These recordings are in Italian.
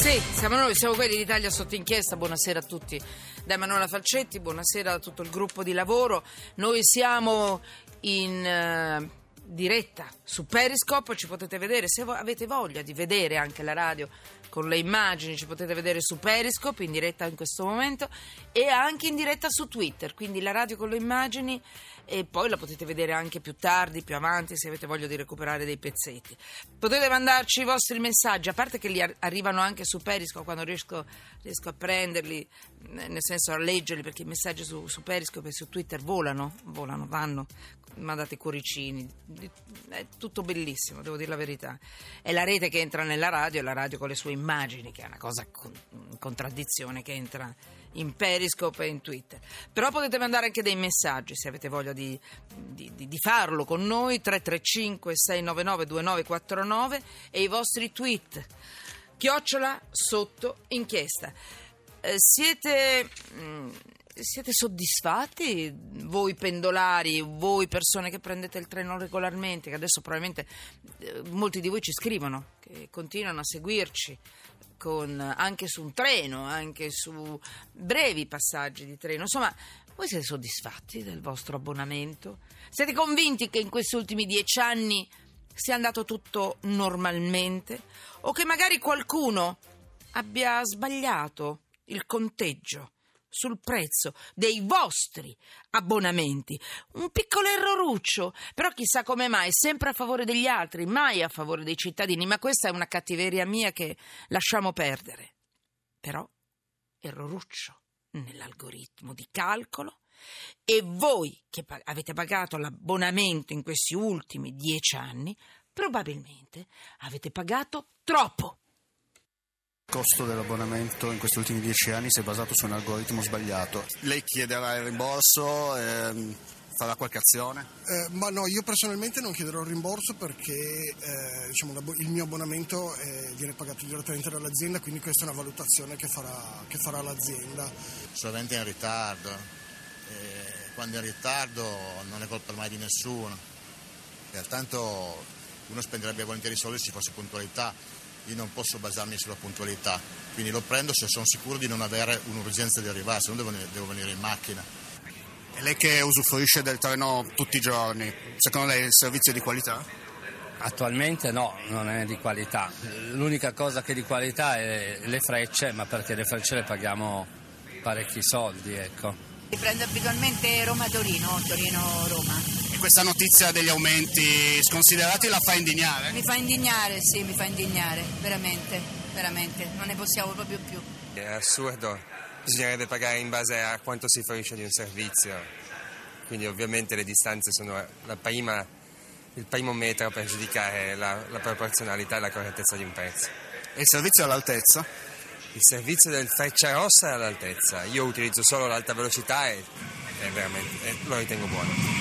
Sì, siamo noi, siamo quelli d'Italia sotto inchiesta. Buonasera a tutti da Emanuela Falcetti, buonasera a tutto il gruppo di lavoro. Noi siamo in diretta su Periscope, ci potete vedere se avete voglia di vedere anche la radio con le immagini, ci potete vedere su Periscope in diretta in questo momento e anche in diretta su Twitter, quindi la radio con le immagini, e poi la potete vedere anche più tardi, più avanti, se avete voglia di recuperare dei pezzetti. Potete mandarci i vostri messaggi, a parte che li arrivano anche su Periscope quando riesco a prenderli, nel senso a leggerli, perché i messaggi su Periscope e su Twitter vanno, mandate i cuoricini, è tutto bellissimo, devo dire la verità. È la rete che entra nella radio, e la radio con le sue immagini, che è una cosa in contraddizione, che entra in Periscope e in Twitter. Però potete mandare anche dei messaggi se avete voglia di farlo con noi. 335 699 2949 e i vostri tweet @ inchiesta. Siete soddisfatti, voi pendolari, voi persone che prendete il treno regolarmente, che adesso probabilmente molti di voi ci scrivono, che continuano a seguirci anche su un treno, anche su brevi passaggi di treno? Insomma, voi siete soddisfatti del vostro abbonamento? Siete convinti che in questi ultimi 10 anni sia andato tutto normalmente? O che magari qualcuno abbia sbagliato il conteggio sul prezzo dei vostri abbonamenti? Un piccolo erroruccio, però chissà come mai, sempre a favore degli altri, mai a favore dei cittadini. Ma questa è una cattiveria mia che lasciamo perdere. Però erroruccio nell'algoritmo di calcolo, e voi che avete pagato l'abbonamento in questi ultimi 10 anni probabilmente avete pagato troppo. Il costo dell'abbonamento in questi ultimi 10 anni si è basato su un algoritmo sbagliato. Lei chiederà il rimborso, farà qualche azione? Ma no, io personalmente non chiederò il rimborso perché il mio abbonamento viene pagato direttamente dall'azienda, quindi questa è una valutazione che farà l'azienda. Solamente in ritardo, quando è in ritardo non è colpa mai di nessuno, pertanto uno spenderebbe volentieri soldi se ci fosse puntualità. Io non posso basarmi sulla puntualità, quindi lo prendo se sono sicuro di non avere un'urgenza di arrivare, se no devo venire in macchina. E lei che usufruisce del treno tutti i giorni, secondo lei il servizio è di qualità? Attualmente no, non è di qualità. L'unica cosa che è di qualità è le frecce, ma perché le frecce le paghiamo parecchi soldi, ecco. Si prende abitualmente Roma-Torino, Torino-Roma. E questa notizia degli aumenti sconsiderati la fa indignare? Mi fa indignare, sì, mi fa indignare, veramente, non ne possiamo proprio più. È assurdo, bisognerebbe pagare in base a quanto si fruisce di un servizio, quindi ovviamente le distanze sono il primo metro per giudicare la proporzionalità e la correttezza di un prezzo. E il servizio è all'altezza? Il servizio del Frecciarossa è all'altezza, io utilizzo solo l'alta velocità e lo ritengo buono.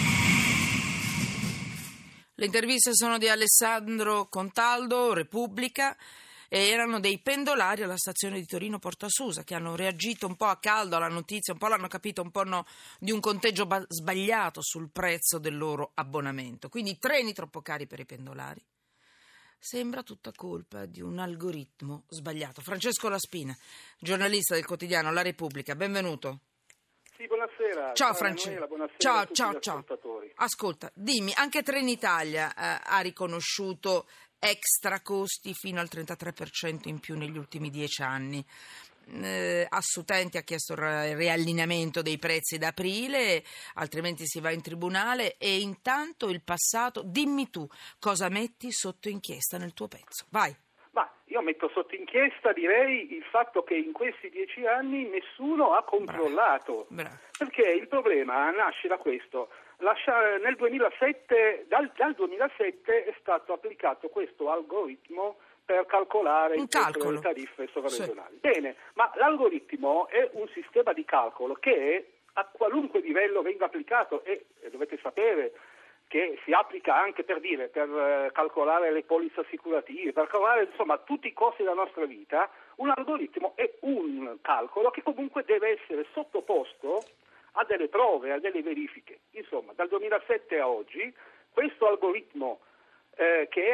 Le interviste sono di Alessandro Contaldo, Repubblica, e erano dei pendolari alla stazione di Torino Portasusa che hanno reagito un po' a caldo alla notizia, un po' l'hanno capito, un po' no, di un conteggio sbagliato sul prezzo del loro abbonamento. Quindi treni troppo cari per i pendolari. Sembra tutta colpa di un algoritmo sbagliato. Francesco Laspina, giornalista del quotidiano La Repubblica, benvenuto. Sì, buonasera. Ciao Francesco. Ciao. Ascolta, dimmi, anche Trenitalia ha riconosciuto extra costi fino al 33% in più negli ultimi 10 anni. Assutenti ha chiesto il riallineamento dei prezzi da aprile, altrimenti si va in tribunale. E intanto il passato, dimmi tu cosa metti sotto inchiesta nel tuo pezzo, vai. Ma io metto sotto inchiesta, direi, il fatto che in questi 10 anni nessuno ha controllato. Bravo. Perché il problema nasce da questo. Nel 2007, dal 2007 è stato applicato questo algoritmo per calcolare il prezzo delle tariffe sovraregionali. Sì. Bene, ma l'algoritmo è un sistema di calcolo che a qualunque livello venga applicato, e dovete sapere che si applica anche per calcolare le polizze assicurative, per calcolare insomma tutti i costi della nostra vita. Un algoritmo è un calcolo che comunque deve essere sottoposto a delle prove, a delle verifiche. Insomma, dal 2007 a oggi questo algoritmo che era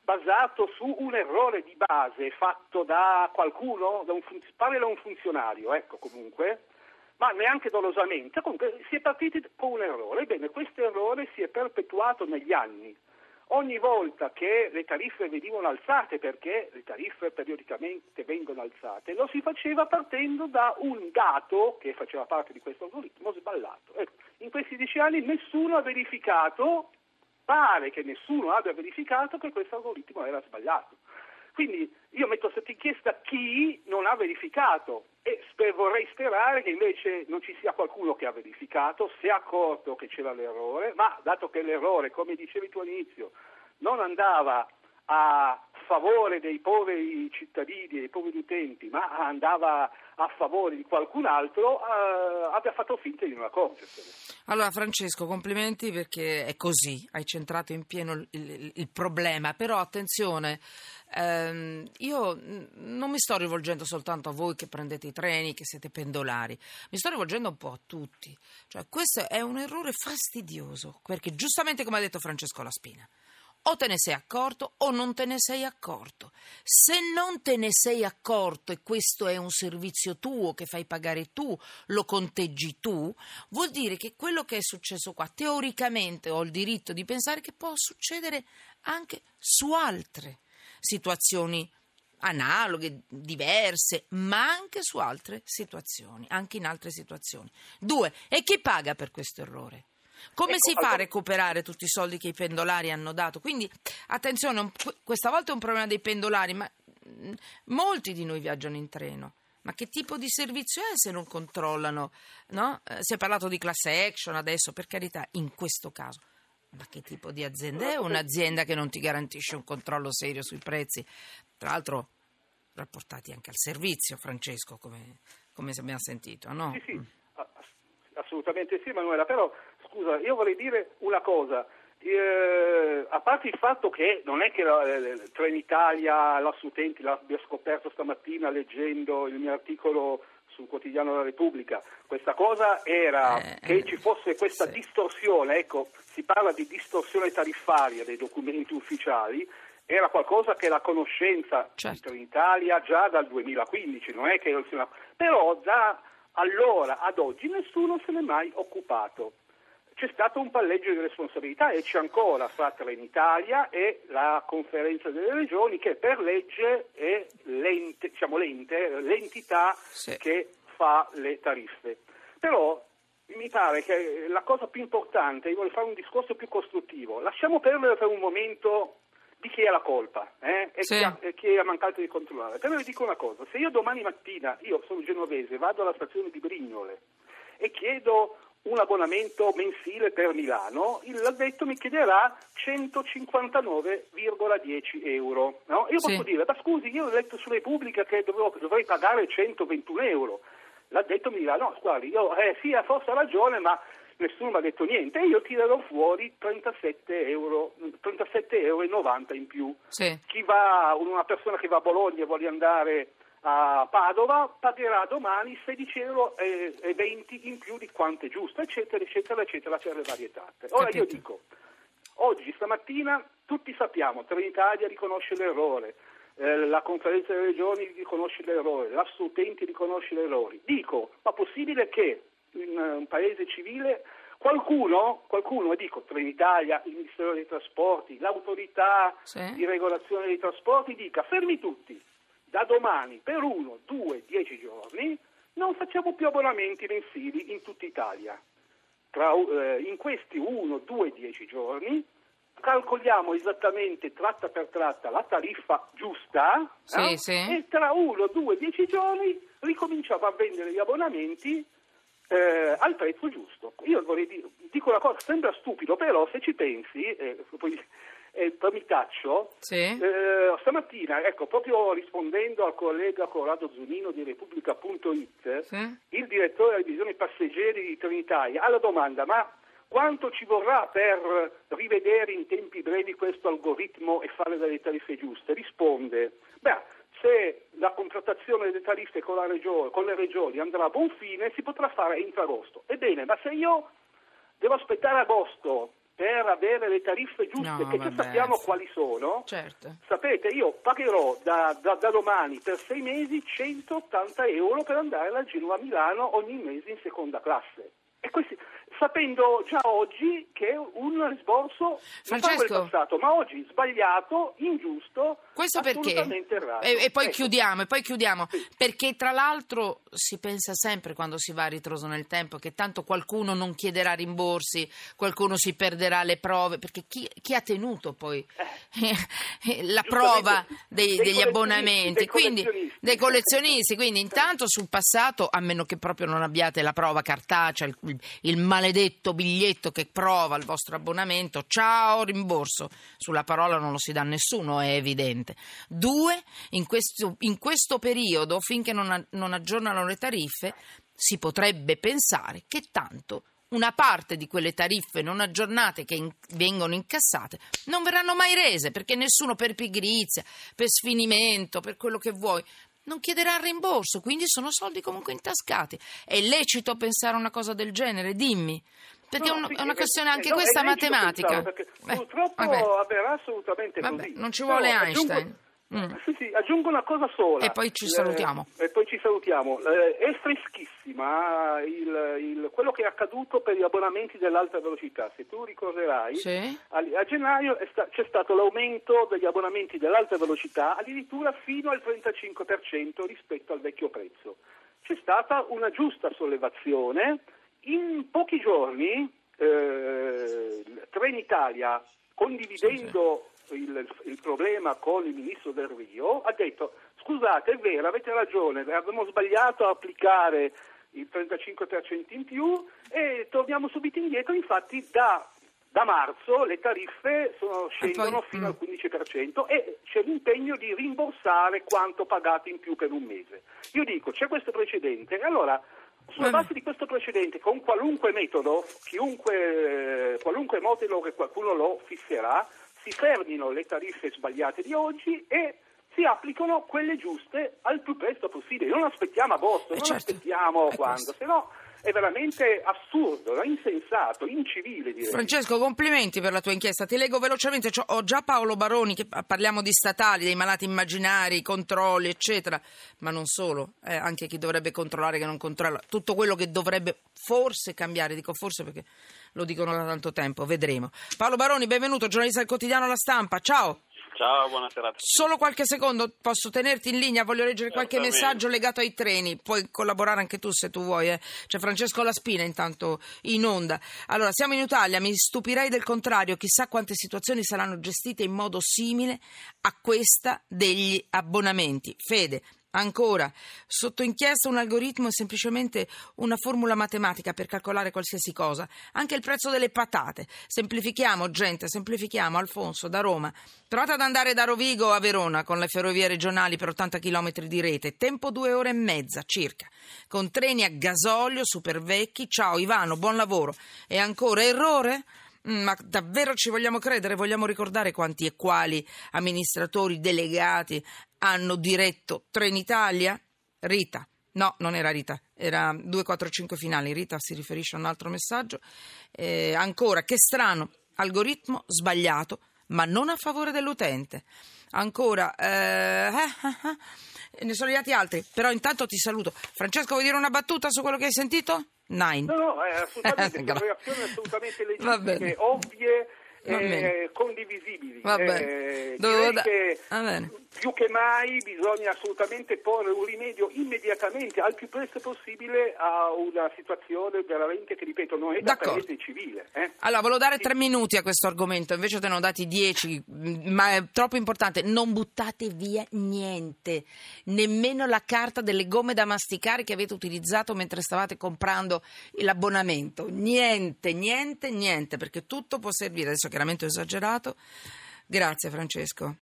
basato su un errore di base fatto da qualcuno, pare da un funzionario, ecco, comunque, ma neanche dolosamente. Comunque si è partiti con un errore. Ebbene, questo errore si è perpetuato negli anni. Ogni volta che le tariffe venivano alzate, perché le tariffe periodicamente vengono alzate, lo si faceva partendo da un dato che faceva parte di questo algoritmo sballato. Ecco, in questi 10 anni nessuno ha verificato, pare che nessuno abbia verificato che questo algoritmo era sbagliato. Quindi io metto sotto inchiesta chi non ha verificato e vorrei sperare che invece non ci sia qualcuno che ha verificato, si è accorto che c'era l'errore, ma dato che l'errore, come dicevi tu all'inizio, non andava a favore dei poveri cittadini, dei poveri utenti, ma andava a favore di qualcun altro, abbia fatto finta di non accorgersene. Allora Francesco, complimenti perché è così, hai centrato in pieno il problema, però attenzione, io non mi sto rivolgendo soltanto a voi che prendete i treni, che siete pendolari, mi sto rivolgendo un po' a tutti, cioè questo è un errore fastidioso, perché giustamente come ha detto Francesco Laspina, o te ne sei accorto o non te ne sei accorto. Se non te ne sei accorto e questo è un servizio tuo che fai pagare tu, lo conteggi tu, vuol dire che quello che è successo qua teoricamente ho il diritto di pensare che può succedere anche su altre situazioni analoghe, diverse, ma anche su altre situazioni, anche in altre situazioni. 2. E chi paga per questo errore? Come si fa a recuperare tutti i soldi che i pendolari hanno dato? Quindi, attenzione, questa volta è un problema dei pendolari, ma molti di noi viaggiano in treno. Ma che tipo di servizio è se non controllano? No? Si è parlato di class action adesso, per carità, in questo caso. Ma che tipo di azienda è? Un'azienda che non ti garantisce un controllo serio sui prezzi. Tra l'altro, rapportati anche al servizio, Francesco, come abbiamo sentito, no? Sì, assolutamente sì, Manuela, però scusa, io vorrei dire una cosa, a parte il fatto che non è che Trenitalia, l'Assutenti, l'abbia scoperto stamattina leggendo il mio articolo sul quotidiano della Repubblica, questa cosa era che ci fosse questa distorsione, ecco, si parla di distorsione tariffaria dei documenti ufficiali, era qualcosa che la conoscenza di Trenitalia già dal 2015, non è che non si... però da allora ad oggi nessuno se ne è mai occupato. C'è stato un palleggio di responsabilità e c'è ancora fra Trenitalia e la Conferenza delle Regioni che per legge è l'entità che fa le tariffe. Però mi pare che la cosa più importante, io voglio fare un discorso più costruttivo, lasciamo perdere per un momento di chi è la colpa e chi ha mancato di controllare. Però vi dico una cosa, se io domani mattina, io sono genovese, vado alla stazione di Brignole e chiedo un abbonamento mensile per Milano, l'addetto mi chiederà 159,10 euro. No? Io posso dire, ma scusi, io ho letto su Repubblica che dovrei pagare 121 euro. L'addetto mi dirà, no, guardi, io sì, forse ha ragione, ma nessuno mi ha detto niente, e io tirerò fuori 37,90 euro in più. Sì. Una persona che va a Bologna e vuole andare a Padova pagherà domani 16,20 euro in più di quanto è giusto, eccetera, eccetera, eccetera, per le varie tappe. Ora io dico, oggi, stamattina, tutti sappiamo, Trenitalia riconosce l'errore, la Conferenza delle Regioni riconosce l'errore, l'Assutenti riconosce l'errore. Dico, ma possibile che in un paese civile qualcuno, e dico Trenitalia, il Ministero dei Trasporti, l'autorità di regolazione dei trasporti, dica fermi tutti, da domani per 1, 2, 10 giorni non facciamo più abbonamenti mensili in tutta Italia. In questi 1, 2, 10 giorni calcoliamo esattamente tratta per tratta la tariffa giusta e tra 1, 2, 10 giorni ricominciamo a vendere gli abbonamenti al prezzo giusto. Io dico una cosa, sembra stupido, però se ci pensi, poi mi taccio, stamattina, ecco, proprio rispondendo al collega Corrado Zunino di Repubblica.it, il direttore della divisione passeggeri di Trenitalia, alla domanda, ma quanto ci vorrà per rivedere in tempi brevi questo algoritmo e fare delle tariffe giuste? Risponde, se la contrattazione delle tariffe con le regioni andrà a buon fine si potrà fare entro agosto. Ebbene, ma se io devo aspettare agosto per avere le tariffe giuste, che già sappiamo quali sono. Certo. Sapete, io pagherò da domani per 6 mesi 180 euro per andare da Genova a Milano ogni mese in seconda classe. E questi, sapendo già oggi che è un esborso, non solo il passato, ma oggi sbagliato, ingiusto, questo assolutamente errato. E poi chiudiamo, sì. Perché tra l'altro si pensa sempre, quando si va a ritroso nel tempo, che tanto qualcuno non chiederà rimborsi, qualcuno si perderà le prove, perché chi ha tenuto poi la prova degli abbonamenti, dei collezionisti, quindi intanto sul passato, a meno che proprio non abbiate la prova cartacea, il maledetto biglietto che prova il vostro abbonamento, ciao rimborso, sulla parola non lo si dà a nessuno, è evidente. 2, in questo periodo, finché non aggiornano le tariffe, si potrebbe pensare che tanto una parte di quelle tariffe non aggiornate che vengono incassate non verranno mai rese, perché nessuno, per pigrizia, per sfinimento, per quello che vuoi, non chiederà il rimborso, quindi sono soldi comunque intascati. È lecito pensare a una cosa del genere? Dimmi. Perché è una questione anche questa matematica. Purtroppo avverrà assolutamente così. Non ci vuole Einstein. Sì, aggiungo una cosa sola. E poi ci salutiamo. È freschissima quello che è accaduto per gli abbonamenti dell'alta velocità. Se tu ricorderai, sì, a gennaio c'è stato l'aumento degli abbonamenti dell'alta velocità addirittura fino al 35% rispetto al vecchio prezzo. C'è stata una giusta sollevazione. In pochi giorni Trenitalia, condividendo il problema con il ministro Del Rio, ha detto: scusate, è vero, avete ragione, abbiamo sbagliato a applicare il 35% in più e torniamo subito indietro. Infatti da marzo le tariffe scendono fino al 15% e c'è l'impegno di rimborsare quanto pagato in più per un mese. Io dico, c'è questo precedente, e allora sulla base di questo precedente, con qualunque metodo, qualunque modello che qualcuno lo fisserà, si fermino le tariffe sbagliate di oggi e si applicano quelle giuste al più presto possibile. Non aspettiamo agosto, aspettiamo quando, se no è veramente assurdo, insensato, incivile, direi. Francesco, complimenti per la tua inchiesta. Ti leggo velocemente, ho già Paolo Baroni, che parliamo di statali, dei malati immaginari, controlli, eccetera, ma non solo, anche chi dovrebbe controllare che non controlla, tutto quello che dovrebbe forse cambiare, dico forse perché lo dicono da tanto tempo, vedremo. Paolo Baroni, benvenuto, giornalista del quotidiano La Stampa, ciao. Ciao, buonasera a tutti. Solo qualche secondo, posso tenerti in linea? Voglio leggere qualche messaggio legato ai treni, puoi collaborare anche tu se tu vuoi. C'è Francesco Laspina intanto in onda. Allora, siamo in Italia, mi stupirei del contrario, chissà quante situazioni saranno gestite in modo simile a questa degli abbonamenti. Fede. Ancora, sotto inchiesta un algoritmo è semplicemente una formula matematica per calcolare qualsiasi cosa, anche il prezzo delle patate. Semplifichiamo, gente, semplifichiamo. Alfonso, da Roma. Provate ad andare da Rovigo a Verona con le ferrovie regionali per 80 km di rete, tempo 2 ore e mezza circa, con treni a gasolio super vecchi. Ciao Ivano, buon lavoro. E ancora, errore? Ma davvero ci vogliamo credere? Vogliamo ricordare quanti e quali amministratori delegati hanno diretto Trenitalia? Rita. No, non era Rita, era 245 finali. Rita si riferisce a un altro messaggio. Ancora, che strano, algoritmo sbagliato, ma non a favore dell'utente. Ancora, ne sono arrivati altri, però intanto ti saluto. Francesco, vuoi dire una battuta su quello che hai sentito? Nine. No, assolutamente, sono reazioni assolutamente legittime, ovvie, condivisibili. Direi che più che mai bisogna assolutamente porre un rimedio immediatamente, al più presto possibile, a una situazione veramente che, ripeto, non è da paese civile. Allora, volevo dare 3 minuti a questo argomento, invece te ne ho dati 10, ma è troppo importante. Non buttate via niente, nemmeno la carta delle gomme da masticare che avete utilizzato mentre stavate comprando l'abbonamento. Niente, perché tutto può servire. Adesso chiaramente ho esagerato. Grazie Francesco.